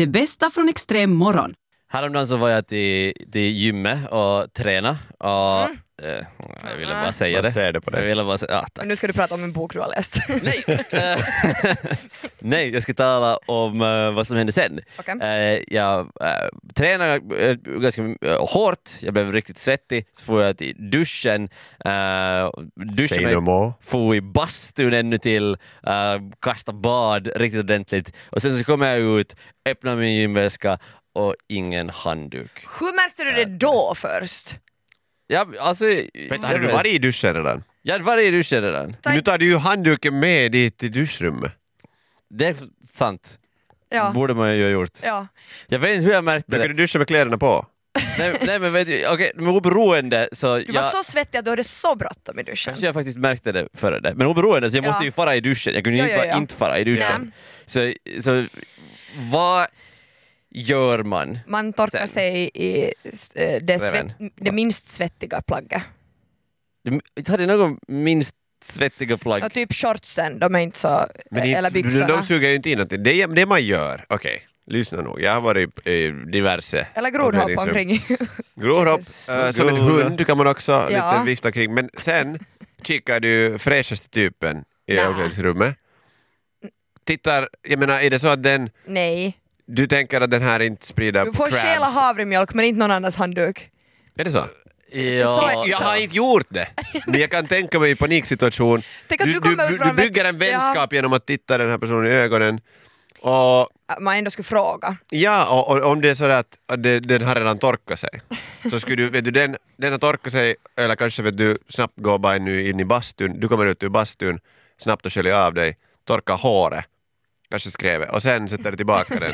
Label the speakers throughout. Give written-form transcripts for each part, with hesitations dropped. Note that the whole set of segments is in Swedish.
Speaker 1: Det bästa från extrem morgon.
Speaker 2: Häromdagen så var jag till gymmet och träna och jag ville bara säga
Speaker 3: Vad
Speaker 2: det.
Speaker 3: säger du på det?
Speaker 2: Jag ville bara säga, tack.
Speaker 4: Men nu ska du prata om en bok du har läst.
Speaker 2: Nej, nej, jag ska tala om vad som hände sen.
Speaker 4: Okej.
Speaker 2: Jag tränade ganska hårt, jag blev riktigt svettig, så får jag till duschen,
Speaker 3: Say no more.
Speaker 2: får i bastun ännu till, kasta bad riktigt ordentligt och sen så kommer jag ut, öppnar min gymväska och ingen handduk.
Speaker 4: Hur märkte du det då först?
Speaker 2: Ja, alltså,
Speaker 3: Vänta, hade du varit i duschen redan?
Speaker 2: Jag hade varit i duschen redan.
Speaker 3: Men nu tar du ju handduken med dit till duschrummet.
Speaker 2: Det är sant.
Speaker 4: Ja.
Speaker 2: Borde man ju ha gjort.
Speaker 4: Ja.
Speaker 2: Jag vet inte hur jag märkte
Speaker 3: Brukar
Speaker 2: det.
Speaker 3: du duscha med kläderna på?
Speaker 2: Nej men vet du, okej, men oberoende så
Speaker 4: Du var så svettig att du hade så bråttom i duschen.
Speaker 2: kanske jag faktiskt märkte det före det. Men oberoende så jag måste ju fara i duschen. Jag kunde ju
Speaker 4: Ja.
Speaker 2: inte fara i duschen. Så vad gör man?
Speaker 4: Man torkar
Speaker 2: Sen.
Speaker 4: sig i
Speaker 2: Reven.
Speaker 4: det minst svettiga plagget.
Speaker 2: Du hade någon minst svettiga plagg.
Speaker 4: Och typ shortsen, de är inte så...
Speaker 3: Men
Speaker 4: eller byxorna.
Speaker 3: de suger ju inte in någonting. Det man gör, okej, lyssna nog. Jag har varit i diverse...
Speaker 4: Eller grodhopp
Speaker 3: avdelningsrum.
Speaker 4: omkring.
Speaker 3: Grodhopp, som en hund kan man också
Speaker 4: Ja.
Speaker 3: lite vifta kring. Men sen kikar du fräschaste typen i
Speaker 4: Nä.
Speaker 3: avdelningsrummet. Tittar, jag menar, är det så att den...
Speaker 4: Nej.
Speaker 3: Du tänker att den här inte sprider
Speaker 4: Du får
Speaker 3: crabs?
Speaker 4: stjäla havremjölk men inte någon annans handduk.
Speaker 3: Är det så?
Speaker 2: Ja.
Speaker 3: Jag har inte gjort det, men jag kan tänka mig i paniksituation.
Speaker 4: Tänk att du kommer ut från
Speaker 3: du bygger en vänskap genom att titta den här personen i ögonen. Och
Speaker 4: Man ändå skulle fråga.
Speaker 3: ja, och om det är så att den har redan torkat sig, så skulle du, vet du, den har torkat sig, eller kanske vet du, snabbt går bara nu in i bastun, du kommer ut ur bastun, snabbt och sköljer av dig, torkar håret, kanske skrevet, och sen sätter du tillbaka den.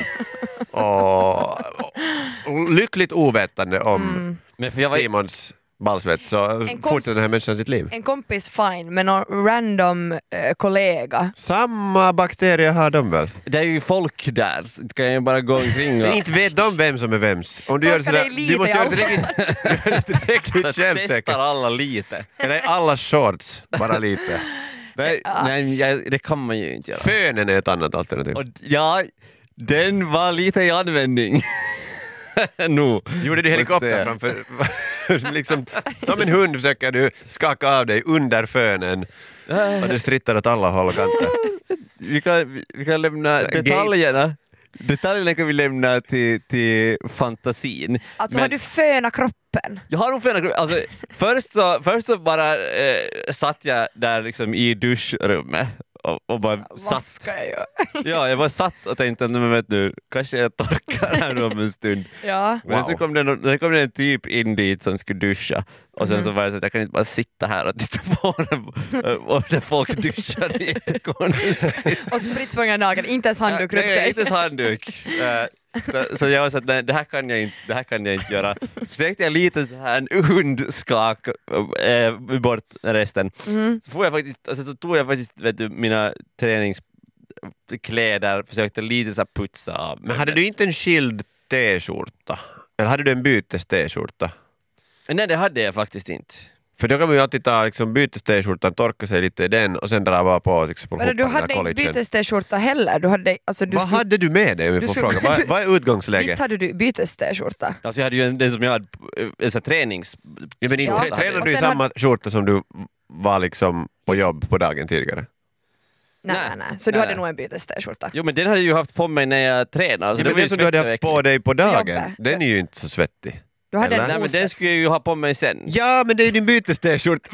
Speaker 3: Och lyckligt ovetande om
Speaker 2: Men för jag var,
Speaker 3: Simons ballsvett, så fortsätter den här människan sitt liv.
Speaker 4: En kompis fine, men någon random kollega.
Speaker 3: Samma bakterier har de väl?
Speaker 2: det är ju folk där, så kan jag bara gå omkring och
Speaker 3: Men inte vet de vem som är vems. Om du
Speaker 4: Torka
Speaker 3: gör sådär,
Speaker 4: dig lite
Speaker 3: du måste
Speaker 4: i
Speaker 3: göra det tillräckligt självsäker.
Speaker 2: testar alla lite.
Speaker 3: Eller alla shorts, bara lite.
Speaker 2: Nej, det kan man ju inte göra.
Speaker 3: Fönen är ett annat alternativ.
Speaker 2: Och ja, den var lite i användning. Nu.
Speaker 3: Gjorde du helikopter framför... liksom, som en hund försöker du skaka av dig under fönen och det strittar åt alla håll och kanter.
Speaker 2: Vi kan lämna detaljerna. Detaljerna kan vi lämna till fantasin.
Speaker 4: Alltså
Speaker 2: Men
Speaker 4: har du fönat kroppen?
Speaker 2: jag har nog fel. Alltså, först så bara satt jag där liksom i duschrummet och bara
Speaker 4: Vad
Speaker 2: satt.
Speaker 4: ska jag göra?
Speaker 2: Ja, jag bara satt och tänkte, men vet du, kanske jag torkar här om en stund.
Speaker 4: Ja.
Speaker 2: Men så kom det en typ in dit som skulle duscha och sen så var jag så att jag kan inte bara sitta här och titta på och där folk duschar, det är jättekonstigt.
Speaker 4: Och spritt språnga nageln, inte ens handduk runt
Speaker 2: Nej,
Speaker 4: dig.
Speaker 2: inte ens handduk. Så jag var så att nej, det här kan jag inte göra. Försökte jag lite så här en hundskak bort resten. Så får jag faktiskt, alltså, så tog jag faktiskt, vet du, mina träningskläder, försökte lite så här putsa av.
Speaker 3: Men hade du inte en skild t-skjorta? Eller hade du en bytes t-skjorta?
Speaker 2: Nej, det hade jag faktiskt inte.
Speaker 3: För då kan man ju alltid ta liksom, bytes t-skjortan, torka sig lite i den och sen dra bara på till exempel
Speaker 4: Men du hade inte bytes t-skjorta heller. Du hade, alltså,
Speaker 3: Vad hade du med dig om vi får fråga? Vad är utgångsläget?
Speaker 4: Visst hade du bytes t-skjorta?
Speaker 2: Alltså jag hade ju den som jag hade, en sån här tränings...
Speaker 3: Ja, men
Speaker 4: Ja.
Speaker 3: tränade
Speaker 4: Och
Speaker 3: du i
Speaker 4: sen
Speaker 3: samma skjorta som du var liksom på jobb på dagen tidigare?
Speaker 4: Nej. Så du
Speaker 2: Nej.
Speaker 4: hade nog en bytes t-skjorta.
Speaker 2: Jo men den hade jag ju haft på mig när jag tränade. Så
Speaker 3: Ja, men
Speaker 2: var ju
Speaker 3: det som du hade
Speaker 2: svettig och
Speaker 3: haft på
Speaker 2: äcklig.
Speaker 3: dig på dagen,
Speaker 4: jobbet.
Speaker 3: den är ju inte så svettig.
Speaker 4: Du hade
Speaker 3: Eller?
Speaker 4: en
Speaker 2: Nej men den
Speaker 4: osvett.
Speaker 2: skulle jag ju ha på mig sen.
Speaker 3: Ja, men det är din bytes t-skjorta.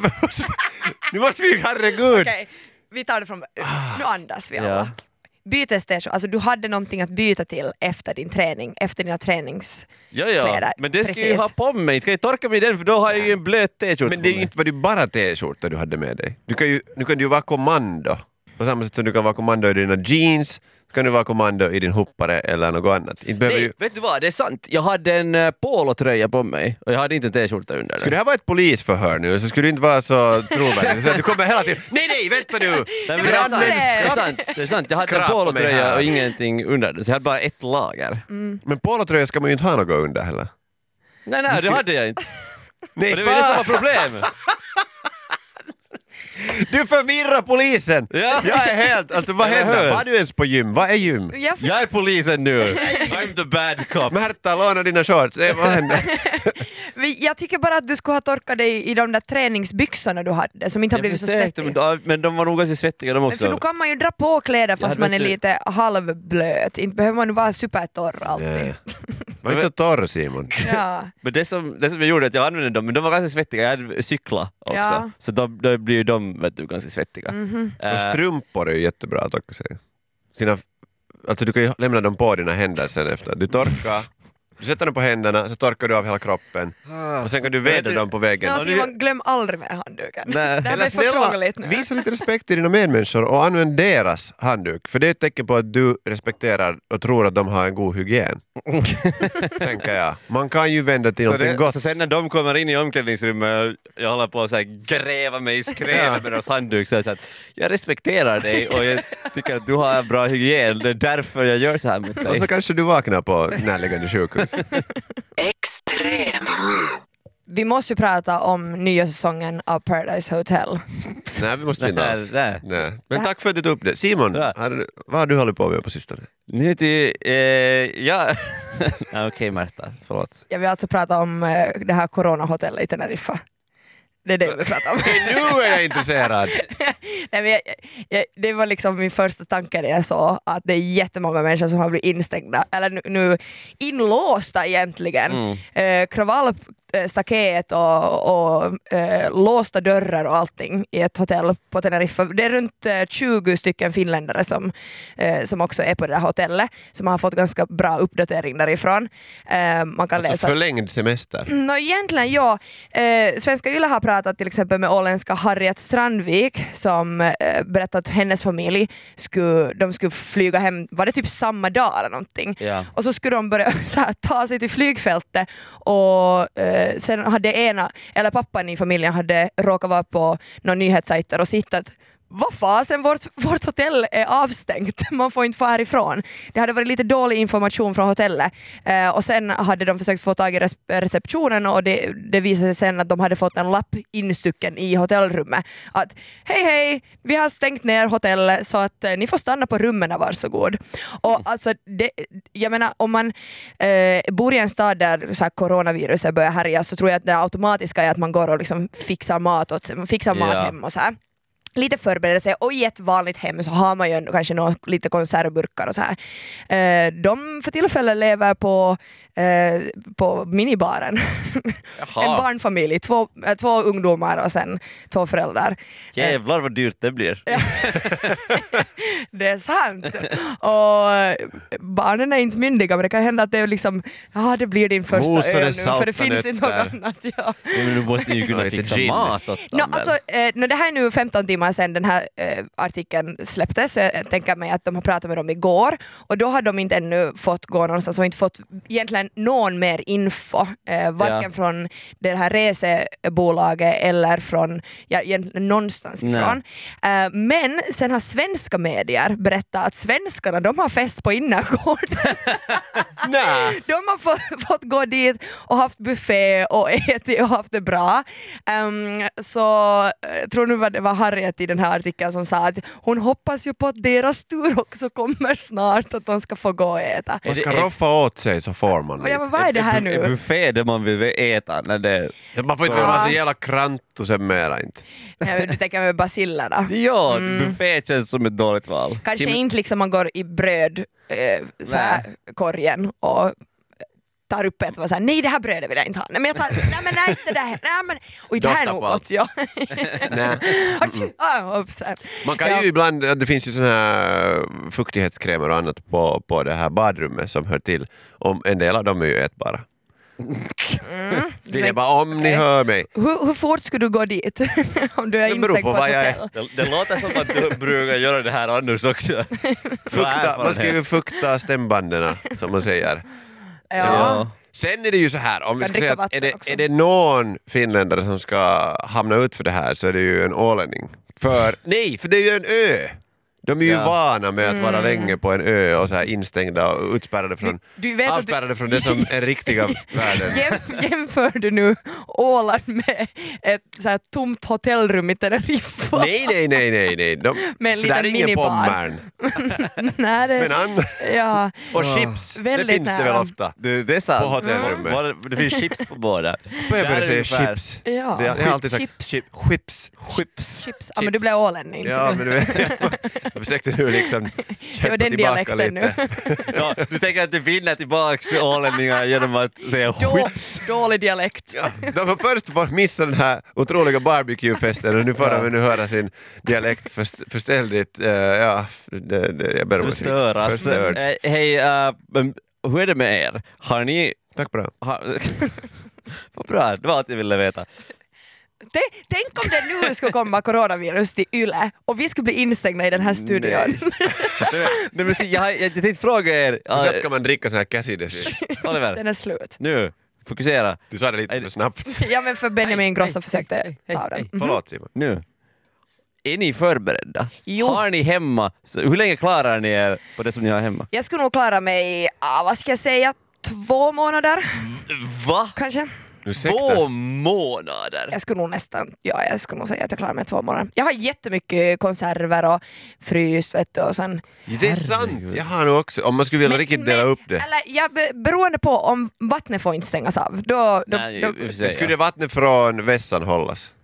Speaker 3: Nu måste vi, herregud!
Speaker 4: Okej, vi tar det från... Nu andas vi alla.
Speaker 2: Ja.
Speaker 4: Bytes t-skjorta, alltså du hade någonting att byta till efter din träning, efter dina tränings...
Speaker 2: Ja,
Speaker 4: kläder.
Speaker 2: men det ska jag ju
Speaker 4: Precis.
Speaker 2: ha på mig. Ska jag torka mig i den för då har jag ju en blöt t-skjorta
Speaker 3: Men det är
Speaker 2: på
Speaker 3: ju
Speaker 2: mig.
Speaker 3: inte var det bara t-skjorta du hade med dig. Nu kan du ju vara kommando. På samma sätt som du kan vara kommando i dina jeans, så kan du vara kommando i din hoppare eller något annat. Inte behöver
Speaker 2: Nej,
Speaker 3: ju...
Speaker 2: vet du vad? Det är sant. Jag hade en polotröja på mig och jag hade inte en t-skjorta under
Speaker 3: Skulle det
Speaker 2: den.
Speaker 3: här vara ett polisförhör nu så skulle du inte vara så trovärdig. Så att du kommer hela tiden, nej, vänta nu!
Speaker 2: Nej, men det är sant. Det är sant. Jag hade en
Speaker 3: Skrapa mig
Speaker 2: polotröja
Speaker 3: här.
Speaker 2: och ingenting under den så jag hade bara ett lager.
Speaker 3: Men polotröja ska man ju inte ha något under heller.
Speaker 2: Nej, det hade jag inte.
Speaker 3: Nej,
Speaker 2: Och det var ju samma problem.
Speaker 3: Du förvirrar polisen!
Speaker 2: Ja.
Speaker 3: Jag är helt... Alltså vad
Speaker 2: Eller
Speaker 3: händer?
Speaker 2: hur?
Speaker 3: Var du ens på gym? Vad är gym?
Speaker 2: Jag är polisen nu. I'm the bad cop.
Speaker 3: Märta, låna dina shorts. Vad händer?
Speaker 4: Jag tycker bara att du skulle ha torkat dig i de där träningsbyxorna du hade som inte har blivit så svettiga.
Speaker 2: men de var nog ganska svettiga de
Speaker 4: Men för
Speaker 2: också.
Speaker 4: då kan man ju dra på kläder fast
Speaker 2: hade
Speaker 4: man är
Speaker 2: inte-
Speaker 4: lite halvblöt. Inte behöver man ju vara supertorr alltid.
Speaker 3: Nej. Var inte så torr, Simon.
Speaker 4: Ja.
Speaker 2: Men det som jag gjorde att jag använde dem, men de var ganska svettiga. Jag hade cykla också.
Speaker 4: Ja.
Speaker 2: Så då blir ju de ganska svettiga.
Speaker 3: Och strumpor är ju jättebra att torka sig. Alltså du kan ju lämna dem på dina händer sen efter. Du torkar, du sätter dem på händerna, så torkar du av hela kroppen. Och sen kan du vädra dem på väggen.
Speaker 4: Snälla Simon, glöm aldrig med handduken.
Speaker 2: Nej.
Speaker 4: Det här blir för krångligt nu.
Speaker 3: visa lite respekt till dina medmänniskor och använd deras handduk. För det är ett tecken på att du respekterar och tror att de har en god hygien. Tänker jag. Man kan ju vända till någonting gott.
Speaker 2: Så sen när de kommer in i omklädningsrummet och jag håller på att så här gräva mig i skräp med deras handduk så är det så att jag respekterar dig och jag tycker att du har en bra hygien. Det är därför jag gör så här med
Speaker 3: Och
Speaker 2: dig.
Speaker 3: så kanske du vaknar på närliggande sjukhus.
Speaker 1: Extrem.
Speaker 4: Vi måste ju prata om nya säsongen av Paradise Hotel.
Speaker 3: Nej, vi måste inte alls.
Speaker 2: Nej.
Speaker 3: Nej. Men tack för att du tog upp det. Simon,
Speaker 2: Ja.
Speaker 3: vad har du hållit på med på sistone?
Speaker 2: Nu till, ja. Okej Märta, förlåt.
Speaker 4: Jag vill alltså prata om det här coronahotellet i Teneriffa. Det är det vi pratar om.
Speaker 3: Nu är jag intresserad!
Speaker 4: Nej, men det var liksom min första tanke när jag såg att det är jättemånga människor som har blivit instängda, eller nu inlåsta egentligen. Kravallstaket och låsta dörrar och allting i ett hotell på Teneriffa. Det är runt 20 stycken finländare som också är på det här hotellet, som har fått ganska bra uppdatering därifrån. Man kan
Speaker 3: Alltså
Speaker 4: läsa.
Speaker 3: förlängd semester.
Speaker 4: Egentligen ja. Svenska Yle har pratat till exempel med åländska Harriet Strandvik som berättat att hennes familj de skulle flyga hem, var det typ samma dag eller någonting?
Speaker 2: Ja.
Speaker 4: Och så skulle de börja så här, ta sig till flygfältet och sen hade pappan i familjen hade råkat vara på någon nyhetssajter och sittat vad fasen, vårt hotell är avstängt, man får inte få härifrån. Det hade varit lite dålig information från hotellet och sen hade de försökt få tag i receptionen och det visade sig sen att de hade fått en lapp instucken i hotellrummet att hej, vi har stängt ner hotellet så att ni får stanna på rummen, varsågod. Och alltså, jag menar om man bor i en stad där så här coronaviruset börjar härja så tror jag att det automatiska är att man går och liksom fixar mat hem och så här. Lite förberedelse och i ett vanligt hem så har man ju kanske lite konservburkar och så här. De för tillfället lever på minibaren.
Speaker 2: Jaha.
Speaker 4: En barnfamilj, två ungdomar och sen 2 föräldrar.
Speaker 2: Jävlar vad dyrt det blir.
Speaker 4: Det är sant. Och barnen är inte myndiga men det kan hända att det är liksom, det blir din första
Speaker 3: Mos och
Speaker 4: öl
Speaker 3: det
Speaker 4: nu för
Speaker 3: salta
Speaker 4: det finns inte något
Speaker 3: nötter.
Speaker 4: annat. Ja.
Speaker 2: Men du måste ju kunna
Speaker 3: Lite
Speaker 2: fixa
Speaker 3: gin.
Speaker 2: mat åt dem.
Speaker 4: Alltså, det här är nu 15 timmar sedan den här artikeln släpptes så jag tänker mig att de har pratat med dem igår och då har de inte ännu fått gå någonstans och inte fått egentligen någon mer info varken från det här resebolaget eller från någonstans ifrån. Men sen har svenska medier berättat att svenskarna de har fest på innergården.
Speaker 3: Nej.
Speaker 4: De har fått gå dit och haft buffé och ätit och haft det bra. Så jag tror nu det var Harriet i den här artikeln som sa att hon hoppas ju på att deras tur också kommer snart, att de ska få gå och äta.
Speaker 3: Man ska roffa åt sig så får man
Speaker 4: Och jag
Speaker 3: lite.
Speaker 4: bara, vad är det här
Speaker 2: En
Speaker 4: nu?
Speaker 2: buffé där man vill äta. När det...
Speaker 3: Man får inte vara så jävla krant och sen mera inte.
Speaker 4: Du tänker med basillerna.
Speaker 2: Ja, buffé känns som ett dåligt val.
Speaker 4: Kanske inte liksom man går i bröd så här, korgen och tar upp ett och så här, nej det här brödet vill jag inte ha. Nej men jag tar, nej inte det här. Nej men, oj det här är nog gott, ja.
Speaker 3: Man kan ju ibland, det finns ju såna här fuktighetskrämer och annat på det här badrummet som hör till. En del av dem är ju ätbara. Det är bara om ni hör mig.
Speaker 4: Hur fort skulle du gå dit? Om du är
Speaker 3: Det beror
Speaker 4: instängd
Speaker 3: på
Speaker 4: på
Speaker 3: vad
Speaker 4: ett
Speaker 3: jag är.
Speaker 4: hotell.
Speaker 2: Det låter som att du brukar göra det här annars också.
Speaker 3: Man ska ju fukta stämbanden som man säger.
Speaker 4: Ja.
Speaker 3: Sen är det ju så här, om vi
Speaker 4: Kan
Speaker 3: ska säga
Speaker 4: dricka
Speaker 3: att
Speaker 4: vatten också.
Speaker 3: är det någon finländare som ska hamna ut för det här så är det ju en ålänning. För det är ju en ö. De är ju
Speaker 2: Ja.
Speaker 3: vana med att vara länge på en ö och så här instängda och utspärrade från,
Speaker 4: Du vet att
Speaker 3: avspärrade från det som är riktiga världen.
Speaker 4: Jämför du nu Åland med ett så här tomt hotellrum i Teneriffa?
Speaker 3: Nej.
Speaker 4: Med en
Speaker 3: För där är
Speaker 4: liten
Speaker 3: ingen
Speaker 4: minibar.
Speaker 3: Pommern.
Speaker 4: Nej, det,
Speaker 3: Men
Speaker 4: ja.
Speaker 3: och chips, det
Speaker 4: Väldigt
Speaker 3: finns det väl
Speaker 4: nära.
Speaker 3: ofta.
Speaker 2: Det är sant.
Speaker 3: På hotellrummet.
Speaker 2: Det finns chips på båda.
Speaker 3: Får jag
Speaker 2: Där
Speaker 3: börja
Speaker 2: är
Speaker 3: säga
Speaker 2: ungefär-
Speaker 3: chips?
Speaker 4: Ja.
Speaker 3: Jag har alltid sagt
Speaker 4: Chips.
Speaker 3: chips.
Speaker 2: Chips.
Speaker 4: Ja, men du blev ålänning.
Speaker 3: Ja, men du vet, jag försökte nu liksom
Speaker 4: det var den
Speaker 3: tillbaka
Speaker 4: dialekten
Speaker 3: lite.
Speaker 4: nu.
Speaker 2: Ja, du tänker att du vinner tillbaks ålänningar genom att säga chips.
Speaker 4: Dålig dialekt.
Speaker 3: Ja, de har först missat den här otroliga barbecue-festen och nu får de nu höra sin dialekt förstäldigt, jag ber om ursäkt.
Speaker 2: Förstöras.
Speaker 3: Förstörd.
Speaker 2: Hej, men hur är det med er? Har ni...
Speaker 3: Tack bra.
Speaker 2: Vad bra, det var allt jag ville veta.
Speaker 4: Tänk om det nu skulle komma coronavirus till Yle och vi skulle bli instängda i den här studion.
Speaker 2: Nej, men jag tänkte fråga er...
Speaker 3: Hur snabbt kan man dricka så här Cassidy?
Speaker 2: Oliver,
Speaker 4: Den är slut.
Speaker 2: nu, fokusera.
Speaker 3: Du sa det lite för snabbt.
Speaker 4: Ja, men för Benjamin Ingrosso försökte ta den.
Speaker 3: Förlåt Simon.
Speaker 2: Nu. Är ni förberedda?
Speaker 4: Jo.
Speaker 2: Har ni hemma? Så hur länge klarar ni er på det som ni har hemma?
Speaker 4: Jag skulle nog klara mig, vad ska jag säga, 2 månader
Speaker 2: Va?
Speaker 4: kanske.
Speaker 3: Ursäkta.
Speaker 2: 2 månader?
Speaker 4: Jag skulle nog säga att jag klarar mig 2 månader. Jag har jättemycket konserver och fryst vet du, och sen...
Speaker 3: Ja, det är sant, jag har nog också. Om man skulle vilja riktigt dela upp det.
Speaker 4: Beroende på om vattnet får inte stängas av.
Speaker 2: Nej, i och för sig,
Speaker 3: Skulle det vattnet från vässan hållas?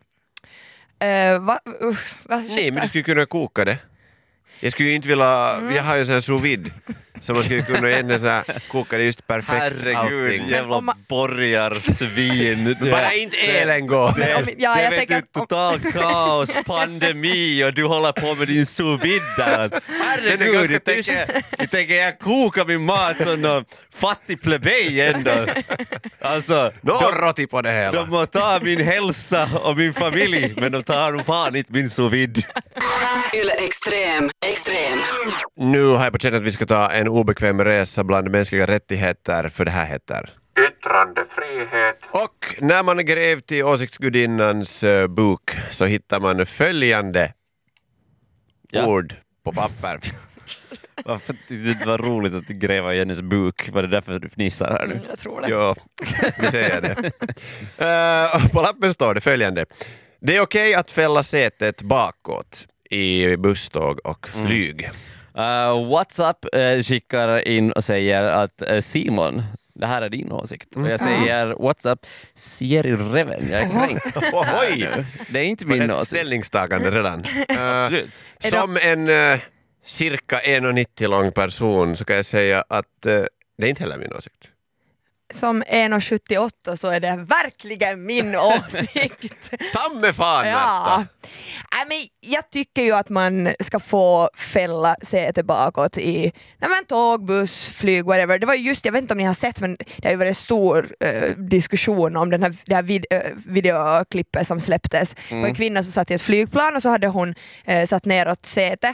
Speaker 3: Nej, men du skulle kunna koka det. Jag skulle ju inte vilja, jag har ju sån här sous vide. Så man skulle kunna egentligen så här koka det just perfekt
Speaker 2: Herregud,
Speaker 3: allting.
Speaker 2: jävla
Speaker 4: om man-
Speaker 2: borgarsvin.
Speaker 3: Bara inte elen går.
Speaker 2: Det
Speaker 4: Om- ja,
Speaker 2: är
Speaker 4: jag
Speaker 2: vet
Speaker 4: tänker
Speaker 2: du,
Speaker 4: att om-
Speaker 2: total kaos, pandemi och du håller på med din sous vide där.
Speaker 3: Den är
Speaker 2: Herregud,
Speaker 3: ganska
Speaker 2: jag tänker jag kokar min mat som någon fattig plebej ändå. Alltså,
Speaker 3: Norroti på det hela.
Speaker 2: de må ta min hälsa och min familj, men de tar nog fan inte min sous vide.
Speaker 1: Yle Extrem.
Speaker 3: Nu har jag på känn att vi ska ta en obekväm resa bland mänskliga rättigheter, för det här heter yttrandefrihet. Och när man grävt i åsiktsgudinnans bok så hittar man följande ord på papper.
Speaker 2: Varför det var roligt att du gräver i hennes bok? Var det därför du fnissar här nu?
Speaker 4: Jag tror det.
Speaker 3: Jo, vi säger det. På lappen står det följande. Det är okej att fälla sätet bakåt i busståg och flyg.
Speaker 2: WhatsApp skickar in och säger att Simon, det här är din åsikt. Och jag säger WhatsApp, ser i reven, jag är kränkt.
Speaker 3: Oj!
Speaker 2: Det är inte
Speaker 3: Var det
Speaker 2: min
Speaker 3: ett
Speaker 2: åsikt.
Speaker 3: ställningstagande redan.
Speaker 2: Absolut.
Speaker 3: Som en cirka 1,90 lång person så kan jag säga att det är inte heller min åsikt.
Speaker 4: Som 1,78 så är det verkligen min åsikt.
Speaker 3: Tamme fan
Speaker 4: Ja.
Speaker 3: Märta!
Speaker 4: Nej, men jag tycker ju att man ska få fälla sätet bakåt i tåg, buss, flyg, whatever. Det var just, jag vet inte om ni har sett, men det har ju varit stor diskussion om det här videoklippet som släpptes. Det var en kvinna som satt i ett flygplan och så hade hon satt neråt sätet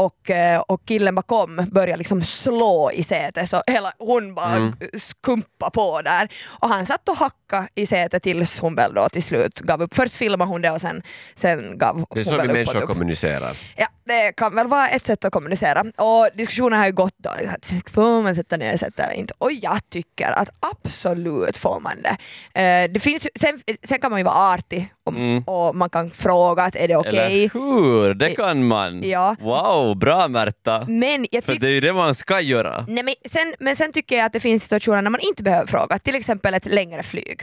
Speaker 4: och killen bakom började liksom slå i sätet så hela hon bara skumpa på där och han satt och hacka i sätet tills hon väl då till slut gav upp. Först filmade hon det och sen gav hon
Speaker 3: Det är så
Speaker 4: väl
Speaker 3: vi
Speaker 4: upp
Speaker 3: människor
Speaker 4: och upp.
Speaker 3: kommunicerar.
Speaker 4: Ja, det kan väl vara ett sätt att kommunicera. Och diskussionen har ju gått då, får man sätta ner sätt eller inte? Och jag tycker att absolut får man det. Det finns ju, sen kan man ju vara artig och man kan fråga att är det okej?
Speaker 2: Eller hur? Det kan man.
Speaker 4: Ja.
Speaker 2: Wow, bra Märta.
Speaker 4: Men jag
Speaker 2: För
Speaker 4: tycker
Speaker 2: det är ju det man ska göra.
Speaker 4: Nej, men sen tycker jag att det finns situationer när man inte behöver fråga, till exempel ett längre flyg.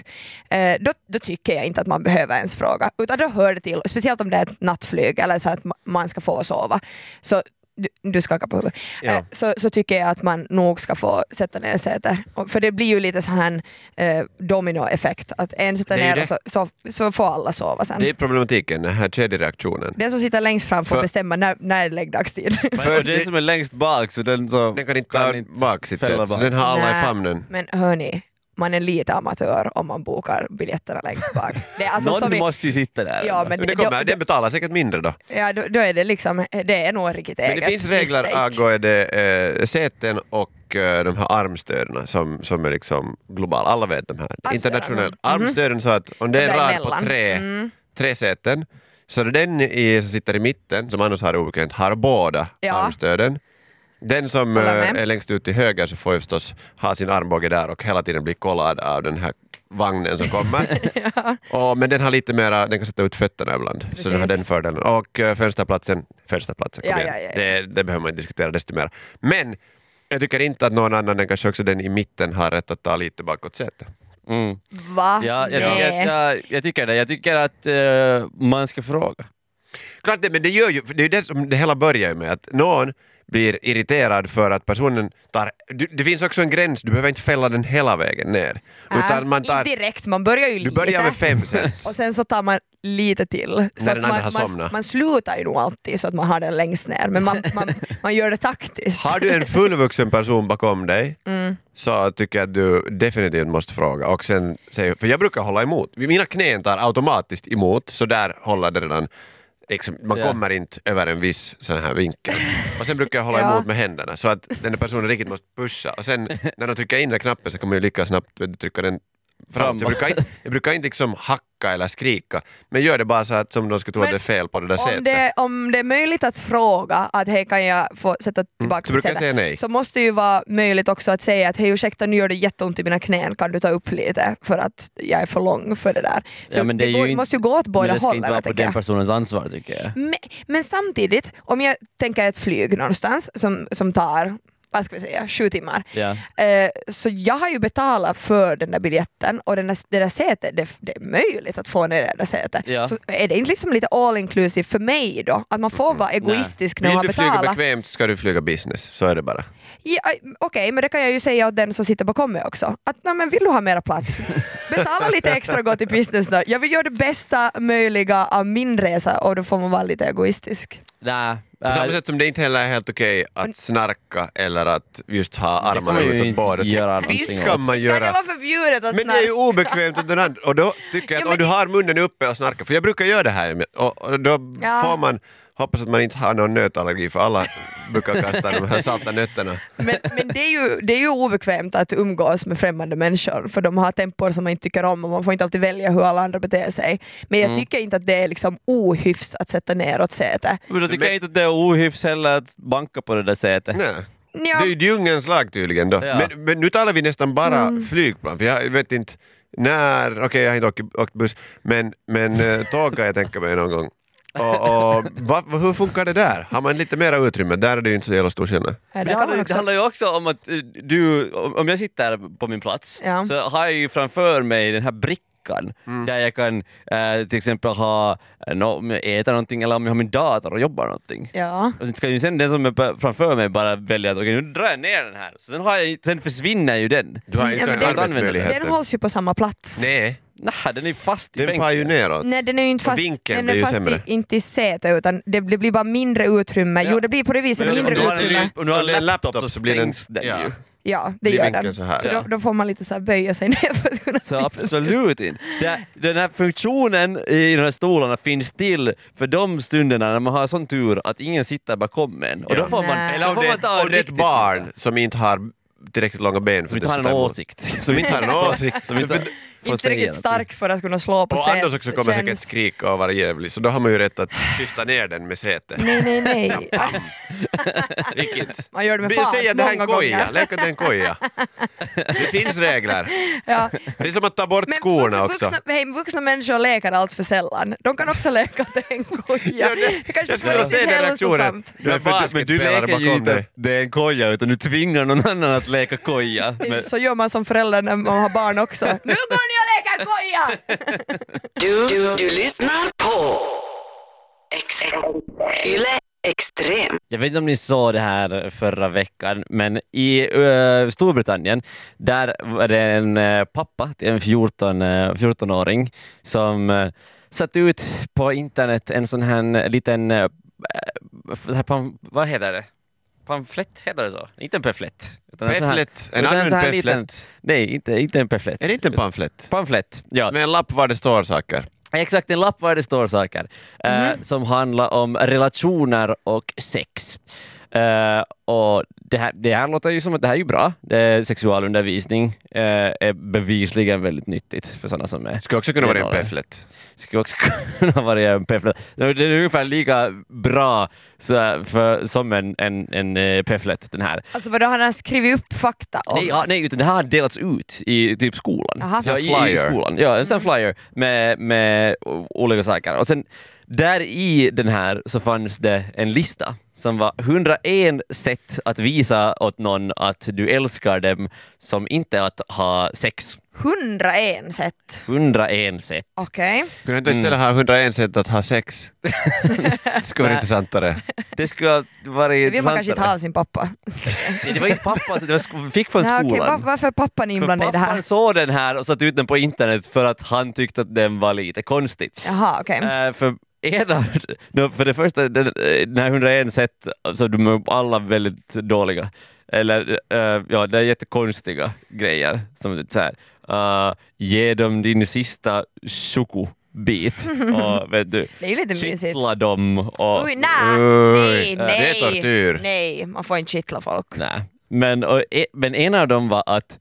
Speaker 4: Då tycker jag inte att man behöver ens fråga, utan då hör det till, speciellt om det är ett nattflyg eller så att man ska få sova. Så du skakar på huvudet.
Speaker 3: Ja.
Speaker 4: Så tycker jag att man nog ska få sätta ner sätet. För det blir ju lite sån här dominoeffekt, att en sätter
Speaker 3: Det är
Speaker 4: ner
Speaker 3: det.
Speaker 4: och så får alla sova sen.
Speaker 3: Det är problematiken, den här kedjereaktionen.
Speaker 4: Den som sitter längst fram får
Speaker 3: För-
Speaker 4: bestämma när det är läggdagstid.
Speaker 3: För
Speaker 2: Och det som är längst bak så den
Speaker 3: kan inte ta bak sitt
Speaker 2: fälla
Speaker 3: sätt, så
Speaker 2: bak.
Speaker 3: den har alla
Speaker 4: Nej,
Speaker 3: i famnen.
Speaker 4: Men hörni, man är lite amatör om man bokar biljetterna längst bak. Det är alltså som
Speaker 2: Någon måste ju sitta där.
Speaker 4: Ja, men
Speaker 3: Den betalar säkert mindre då.
Speaker 4: då är det liksom, det är nog riktigt eget.
Speaker 3: Men det finns regler
Speaker 4: mistake.
Speaker 3: angående säten och de här armstöden som är liksom globala. Alla vet de här.
Speaker 4: Armstöden,
Speaker 3: Internationella armstöden, så att om det är en rad på
Speaker 4: Däremellan.
Speaker 3: tre säten Så den som sitter i mitten, som annars har det obekvämt, har båda armstöden. Den som är längst ut till höger så får ju förstås ha sin armbåge där och hela tiden bli kollad av den här vagnen som kommer. Men den har lite mera, den kan sätta ut fötterna ibland. Så den har den fördelen. Och fönsterplatsen kom igen. Det behöver man inte diskutera desto mer. Men jag tycker inte att någon annan än kanske också den i mitten har rätt att ta lite bakåt sätet.
Speaker 4: Va?
Speaker 2: Ja, jag tycker det. Jag tycker att man ska fråga.
Speaker 3: Klart det, men det gör ju, det är det som det hela börjar med, att någon blir irriterad för att personen tar... Det finns också en gräns, du behöver inte fälla den hela vägen ner. Utan man tar,
Speaker 4: indirekt, man börjar ju lite.
Speaker 3: Du börjar med 5 cent.
Speaker 4: Och sen så tar man lite till. Så
Speaker 3: när den andra har
Speaker 4: man,
Speaker 3: somnat.
Speaker 4: man slutar ju nog alltid så att man har den längst ner. Men man gör det taktiskt.
Speaker 3: Har du en fullvuxen person bakom dig så tycker jag att du definitivt måste fråga. Och sen säga, för jag brukar hålla emot. Mina knän tar automatiskt emot, så där håller det redan... Liksom, man kommer inte över en viss sån här vinkel. Och sen brukar jag hålla emot med händerna så att den personen riktigt måste pusha. Och sen när de trycker in den knappen så kommer jag lika snabbt trycka den framåt. Jag brukar inte liksom hacka eller skrika, men gör det bara så att som de skulle tro att det är fel på det där sättet.
Speaker 4: Om det är möjligt att fråga att hej, kan jag få sätta tillbaka
Speaker 3: så brukar jag säga nej.
Speaker 4: Så måste ju vara möjligt också att säga att hej, ursäkta, nu gör det jätteont i mina knän, kan du ta upp lite för att jag är för lång för det där. Så
Speaker 2: men det
Speaker 4: måste ju gå åt båda hållen.
Speaker 2: Det ska inte vara på den personens ansvar, tycker jag.
Speaker 4: Men samtidigt, om jag tänker ett flyg någonstans som tar, vad ska vi säga, 7 timmar. Så jag har ju betalat för den där biljetten och det där sätet, det är möjligt att få ner det där sätet. Så är det inte liksom lite all inclusive för mig då? Att man får vara egoistisk när man har betalat.
Speaker 3: Vill du flyga bekvämt ska du flyga business, så är det bara.
Speaker 4: Ja, okej, men det kan jag ju säga åt den som sitter bakom mig också. Att men vill du ha mera plats? Betala lite extra och gå till business då. Jag vill göra det bästa möjliga av min resa och då får man vara lite egoistisk.
Speaker 3: På samma sätt som det inte heller är helt okej att snarka eller att just ha armarna utåt båda. Visst kan man göra.
Speaker 4: Det var förbjudet att
Speaker 3: men det är ju obekvämt och då tycker jag att om du har munnen uppe och snarkar, för jag brukar göra det här och då får man hoppas att man inte har någon nötallergi, för alla brukar kasta de här salta nötterna.
Speaker 4: Men det är ju obekvämt att umgås med främmande människor, för de har tempor som man inte tycker om och man får inte alltid välja hur alla andra beter sig. Men jag tycker inte att det är liksom ohyfs att sätta ner åt sätet.
Speaker 2: Men då tycker jag inte att det är ohyfs heller att banka på det där sätet.
Speaker 3: Nej. Ja. Det är ju djungelns lag tydligen då. Ja. Men nu talar vi nästan bara flygplan, för jag vet inte när, okej, jag har inte åkt buss, men tåg kan jag tänka mig någon gång. Hur funkar det där? Har man lite mera utrymme? Där är det ju inte så jävla stor skillnad.
Speaker 2: Det handlar ju också om att om jag sitter på min plats så har jag ju framför mig den här brickan där jag kan till exempel äta någonting, eller om jag har min dator och jobbar någonting. Ja. Och sen ska ju den som är framför mig bara välja att nu drar jag ner den här. Så sen försvinner ju den.
Speaker 3: Du har inte en arbetsmöjlighet.
Speaker 4: Den hålls ju på samma plats.
Speaker 3: Nej,
Speaker 2: den är fast i bänken.
Speaker 3: Den far ju neråt.
Speaker 4: Nej, den är ju inte fast,
Speaker 3: vinkeln
Speaker 4: den är fast inte i sätet, utan det blir bara mindre utrymme. Jo, det blir på det viset mindre utrymme.
Speaker 2: Och nu har en laptop så blir den ju.
Speaker 4: Ja, det gör den. Så då får man lite så här böja sig ner för att kunna
Speaker 2: så absolut inte. Den här funktionen i de här stolarna finns till för de stunderna när man har sån tur att ingen sitter bakom en. Och då får man,
Speaker 3: eller om det är ett barn som inte har tillräckligt långa ben.
Speaker 2: Som inte har en åsikt.
Speaker 3: Som inte har en åsikt.
Speaker 4: Inte riktigt stark för att kunna slå på sätet.
Speaker 3: Och Anders också kommer säkert skrika och vara jävlig, så då har man ju rätt att tysta ner den med sätet.
Speaker 4: Nej.
Speaker 3: Riktigt.
Speaker 4: Man gör det med
Speaker 3: fart. Jag säger att det här är en koja.
Speaker 4: gånger.
Speaker 3: Lek att det är en koja. Det finns regler. Ja. Det är som att ta bort skorna också.
Speaker 4: Vuxna människor leker allt för sällan. De kan också leka att det är en koja. Det kanske
Speaker 3: jag skulle se den reaktionen.
Speaker 2: Men du leker ju inte det är en koja, utan du tvingar någon annan att leka koja.
Speaker 4: Så gör man som förälder när man har barn också. Nu går ni och leker koja!
Speaker 1: Du lyssnar på Yle Extrem.
Speaker 2: Jag vet inte om ni såg det här förra veckan, men i Storbritannien där var det en pappa till en 14-åring som satt ut på internet en sån här liten vad heter det? Pamflett heter det så? Inte en pamflett.
Speaker 3: Pamflett? En annan pamflett?
Speaker 2: Nej, inte en pamflett.
Speaker 3: Är det inte en pamflett?
Speaker 2: Pamflett, ja.
Speaker 3: Med en lapp var det står saker.
Speaker 2: Exakt, en lapp var det står saker som handlar om relationer och sex. Och det här låter ju som att det här är ju bra. Sexualundervisning är bevisligen väldigt nyttigt för sådana som är...
Speaker 3: Skulle också kunna vara en pefflet.
Speaker 2: Skulle också kunna vara en pefflet. Det är ungefär lika bra som en pefflet, den här.
Speaker 4: Alltså vadå, han har skrivit upp fakta om
Speaker 2: Nej, utan det här har delats ut i typ skolan.
Speaker 4: Aha.
Speaker 2: Ja, i skolan. Ja, en sån flyer med olika saker. Och sen där i den här så fanns det en lista som var 101 sätt att visa åt någon att du älskar dem som inte att ha sex.
Speaker 4: 101 sätt.
Speaker 2: 101 sätt.
Speaker 4: Okej.
Speaker 3: Kunde inte istället ha 101 sätt att ha sex? Det skulle vara intressantare.
Speaker 2: Det skulle vara
Speaker 4: Det vill man kanske inte
Speaker 2: intressantare.
Speaker 4: ha av sin pappa.
Speaker 2: Nej, det var inte pappa, alltså, det var fick från
Speaker 4: Ja,
Speaker 2: skolan.
Speaker 4: okej, varför är pappan inblandad i det här?
Speaker 2: Pappan såg den här och satt ut den på internet för att han tyckte att den var lite konstigt.
Speaker 4: Jaha, okej.
Speaker 2: För det första, den här 101 sätt, så de är alla väldigt dåliga. Eller ja, det är jättekonstiga grejer. Som så här, ge dem din sista chokobit. Och vet du,
Speaker 4: Det är ju lite mysigt.
Speaker 2: kittla dem. Och,
Speaker 4: Oj,
Speaker 3: Oj,
Speaker 4: nej.
Speaker 3: det är tortyr.
Speaker 4: Nej, man får inte kittla folk.
Speaker 2: nej. Men en av dem var att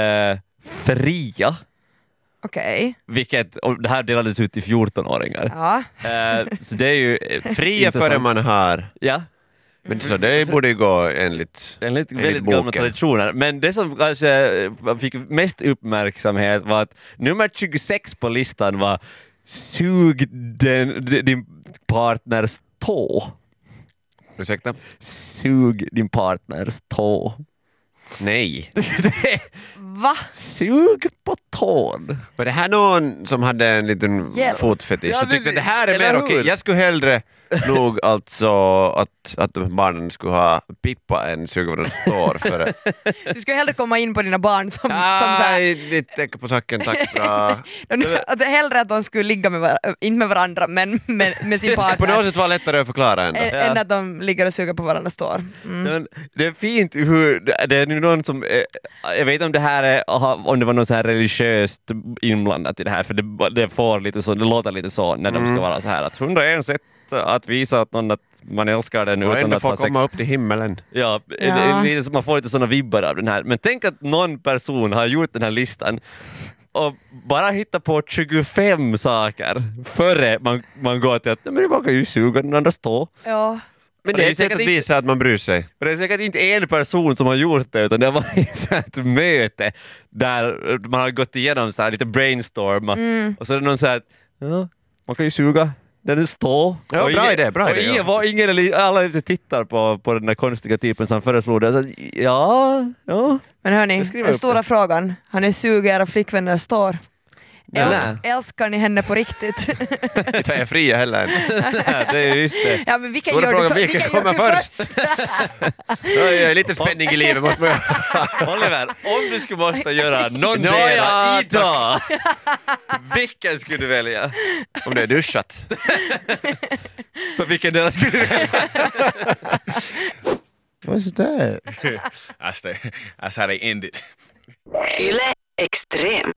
Speaker 2: fria.
Speaker 4: Okej.
Speaker 2: Vilket, och det här delades ut till 14-åringar.
Speaker 4: Ja.
Speaker 2: Så det är ju
Speaker 3: Fria före man har.
Speaker 2: Ja,
Speaker 3: Men så det borde ju gå enligt
Speaker 2: väldigt gamla
Speaker 3: boken.
Speaker 2: traditioner. Men det som kanske fick mest uppmärksamhet var att nummer 26 på listan var sug din partners tå.
Speaker 3: Ursäkta?
Speaker 2: Sug din partners tå.
Speaker 3: Nej.
Speaker 4: Va?
Speaker 2: Sug på tån.
Speaker 3: Var det här någon som hade en liten
Speaker 4: Hjälp.
Speaker 3: fotfetisch
Speaker 2: Ja,
Speaker 3: och tyckte att det här är
Speaker 2: eller
Speaker 3: mer
Speaker 2: hur?
Speaker 3: okej? Jag skulle hellre nog alltså att barnen skulle ha Pippa än suga står för
Speaker 4: Du skulle hellre komma in på dina barn som så här,
Speaker 3: Nej, lite tänker på saken, tack, bra.
Speaker 4: att det är hellre att de skulle ligga med inte med varandra men med sin
Speaker 3: Det skulle på
Speaker 4: partner
Speaker 3: något sätt vara lättare att förklara ändå.
Speaker 4: än att de ligger och suger på varandra står.
Speaker 2: Men det är fint hur, det är nu någon som, jag vet inte om det här är, om det var något så här religiöst inblandat i det här, för det får lite så, det låter lite så när de ska vara så här att 101 sätt att visa att någon att man älskar den
Speaker 3: Och
Speaker 2: utan
Speaker 3: ändå
Speaker 2: att
Speaker 3: får
Speaker 2: ha sex.
Speaker 3: komma upp till himmelen.
Speaker 2: Ja, man får lite sådana vibbar av den här. Men tänk att någon person har gjort den här listan och bara hittar på 25 saker före man går till att nej, men man kan ju suga den andra stå.
Speaker 4: Ja.
Speaker 3: Men
Speaker 2: Och
Speaker 3: det är
Speaker 2: det är
Speaker 3: ett sätt
Speaker 2: säkert
Speaker 3: att visa att man bryr sig.
Speaker 2: Och det är säkert inte en person som har gjort det, utan det var ett möte där man har gått igenom så här lite brainstorma och så är det någon så här, ja, man kan ju suga den står.
Speaker 3: Ja, bra idé, bra idé,
Speaker 2: ingen,
Speaker 3: ja.
Speaker 2: var, ingen, alla tittar på den där konstiga typen som föreslog det. Så, ja.
Speaker 4: Men hörni,
Speaker 2: Jag skriver
Speaker 4: den
Speaker 2: upp
Speaker 4: stora frågan. Har ni sugit era flickvänner står?
Speaker 2: Nej.
Speaker 4: Älskar ni henne på riktigt?
Speaker 3: Inte är jag fria heller.
Speaker 2: Det är just det.
Speaker 4: Ja, men vilken
Speaker 3: Stora
Speaker 4: gör
Speaker 3: frågan,
Speaker 4: du,
Speaker 3: vilken
Speaker 4: vilken
Speaker 3: kommer
Speaker 4: gör du
Speaker 3: först? Oj, lite spänning i livet måste man ju
Speaker 2: Oliver, om du skulle måste göra någon
Speaker 3: Nå,
Speaker 2: del
Speaker 3: ja,
Speaker 2: idag, vilken skulle du välja?
Speaker 3: om det är duschat.
Speaker 2: Så vilken del skulle du välja?
Speaker 3: What's that?
Speaker 5: That's how they end it.
Speaker 1: Yle Extrem.